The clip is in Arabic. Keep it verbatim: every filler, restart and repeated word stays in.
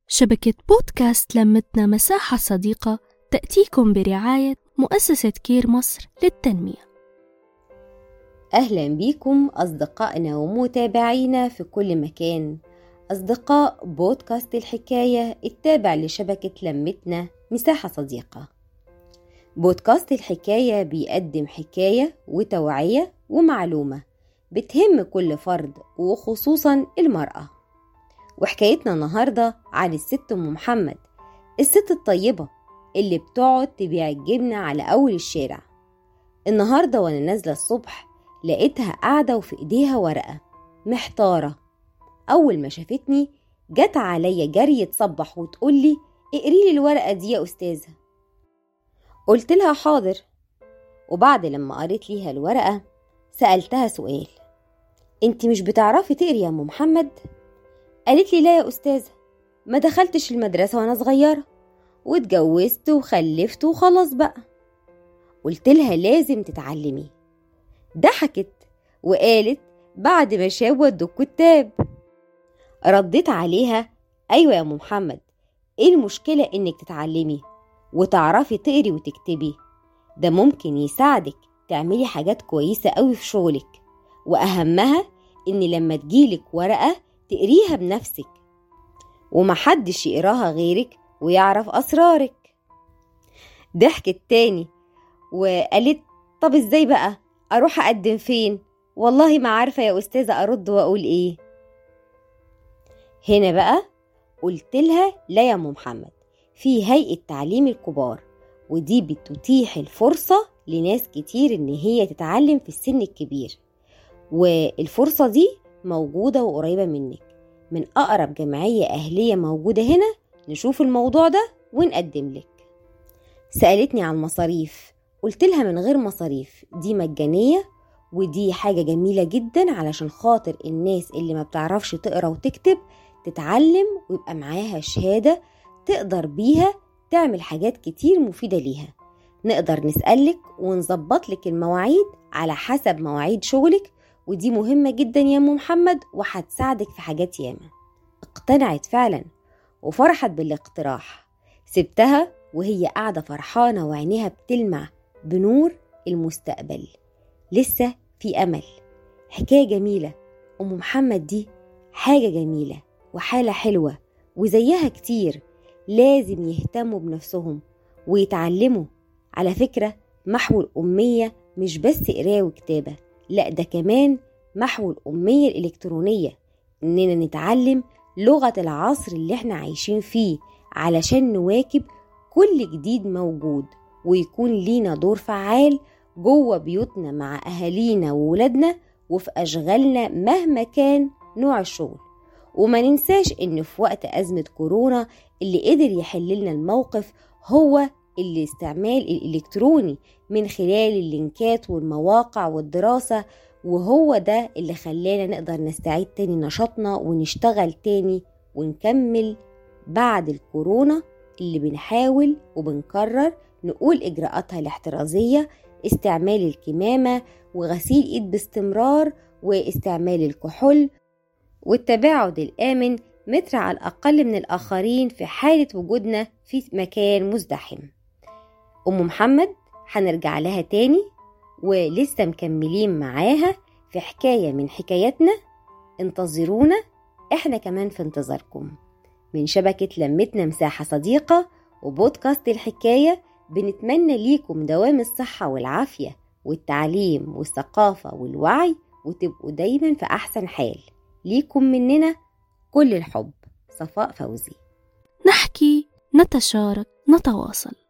شبكة بودكاست لمتنا مساحة صديقة تأتيكم برعاية مؤسسة كير مصر للتنمية. أهلا بكم أصدقائنا ومتابعينا في كل مكان، أصدقاء بودكاست الحكاية التابع لشبكة لمتنا مساحة صديقة. بودكاست الحكاية بيقدم حكاية وتوعية ومعلومة بتهم كل فرد وخصوصا المرأة. وحكايتنا النهاردة عن الست أم محمد، الست الطيبة اللي بتقعد تبيع الجبنة على أول الشارع. النهاردة وأنا نازلة الصبح لقيتها قاعدة وفي إيديها ورقة محتارة. أول ما شافتني جت عليا جري تصبح وتقولي اقريلي الورقة دي يا أستاذة. قلت لها حاضر، وبعد لما قريت ليها الورقة سألتها سؤال: انت مش بتعرفي تقري يا أم محمد؟ قالت لي لا يا أستاذة، ما دخلتش المدرسة وأنا صغيرة واتجوزت وخلفت وخلاص بقى. قلت لها لازم تتعلمي. ضحكت وقالت بعد ما شاب ودوا الكتاب. رديت عليها أيوة يا أم محمد، إيه المشكلة إنك تتعلمي وتعرفي تقري وتكتبي؟ ده ممكن يساعدك تعملي حاجات كويسة قوي في شغلك، وأهمها إن لما تجيلك ورقة تقريها بنفسك ومحدش يقراها غيرك ويعرف أسرارك. ضحكت تاني وقالت طب إزاي بقى؟ أروح أقدم فين؟ والله ما عارفة يا أستاذة أرد وأقول إيه. هنا بقى قلت لها لا يا أم محمد، في هيئة تعليم الكبار، ودي بتتيح الفرصة لناس كتير إن هي تتعلم في السن الكبير، والفرصة دي موجودة وقريبة منك من أقرب جمعية أهلية موجودة هنا. نشوف الموضوع ده ونقدم لك. سألتني عن مصاريف، قلت لها من غير مصاريف، دي مجانية، ودي حاجة جميلة جدا علشان خاطر الناس اللي ما بتعرفش تقرأ وتكتب تتعلم ويبقى معاها شهادة تقدر بيها تعمل حاجات كتير مفيدة ليها. نقدر نسألك ونظبط لك المواعيد على حسب مواعيد شغلك، ودي مهمة جدا يا أم محمد وهتساعدك في حاجات ياما. اقتنعت فعلا وفرحت بالاقتراح. سبتها وهي قاعدة فرحانة وعينيها بتلمع بنور المستقبل. لسه في أمل. حكاية جميلة. أم محمد دي حاجة جميلة وحالة حلوة، وزيها كتير لازم يهتموا بنفسهم ويتعلموا. على فكرة محو الأمية مش بس قراءة وكتابة، لا ده كمان محو الأمية الإلكترونية، إننا نتعلم لغة العصر اللي احنا عايشين فيه علشان نواكب كل جديد موجود، ويكون لينا دور فعال جوه بيوتنا مع أهالينا وولادنا وفي أشغالنا مهما كان نوع الشغل. وما ننساش إن في وقت أزمة كورونا اللي قدر يحللنا الموقف هو الاستعمال الإلكتروني من خلال اللينكات والمواقع والدراسة، وهو ده اللي خلانا نقدر نستعيد تاني نشاطنا ونشتغل تاني ونكمل بعد الكورونا اللي بنحاول وبنكرر نقول إجراءاتها الاحترازية: استعمال الكمامة وغسيل إيد باستمرار واستعمال الكحول والتباعد الآمن متر على الأقل من الآخرين في حالة وجودنا في مكان مزدحم. أم محمد هنرجع لها تاني ولسه مكملين معاها في حكاية من حكاياتنا. انتظرونا، احنا كمان في انتظاركم. من شبكة لمتنا مساحة صديقة وبودكاست الحكاية بنتمنى ليكم دوام الصحة والعافية والتعليم والثقافة والوعي، وتبقوا دايما في أحسن حال. ليكم مننا كل الحب. صفاء فوزي. نحكي، نتشارك، نتواصل.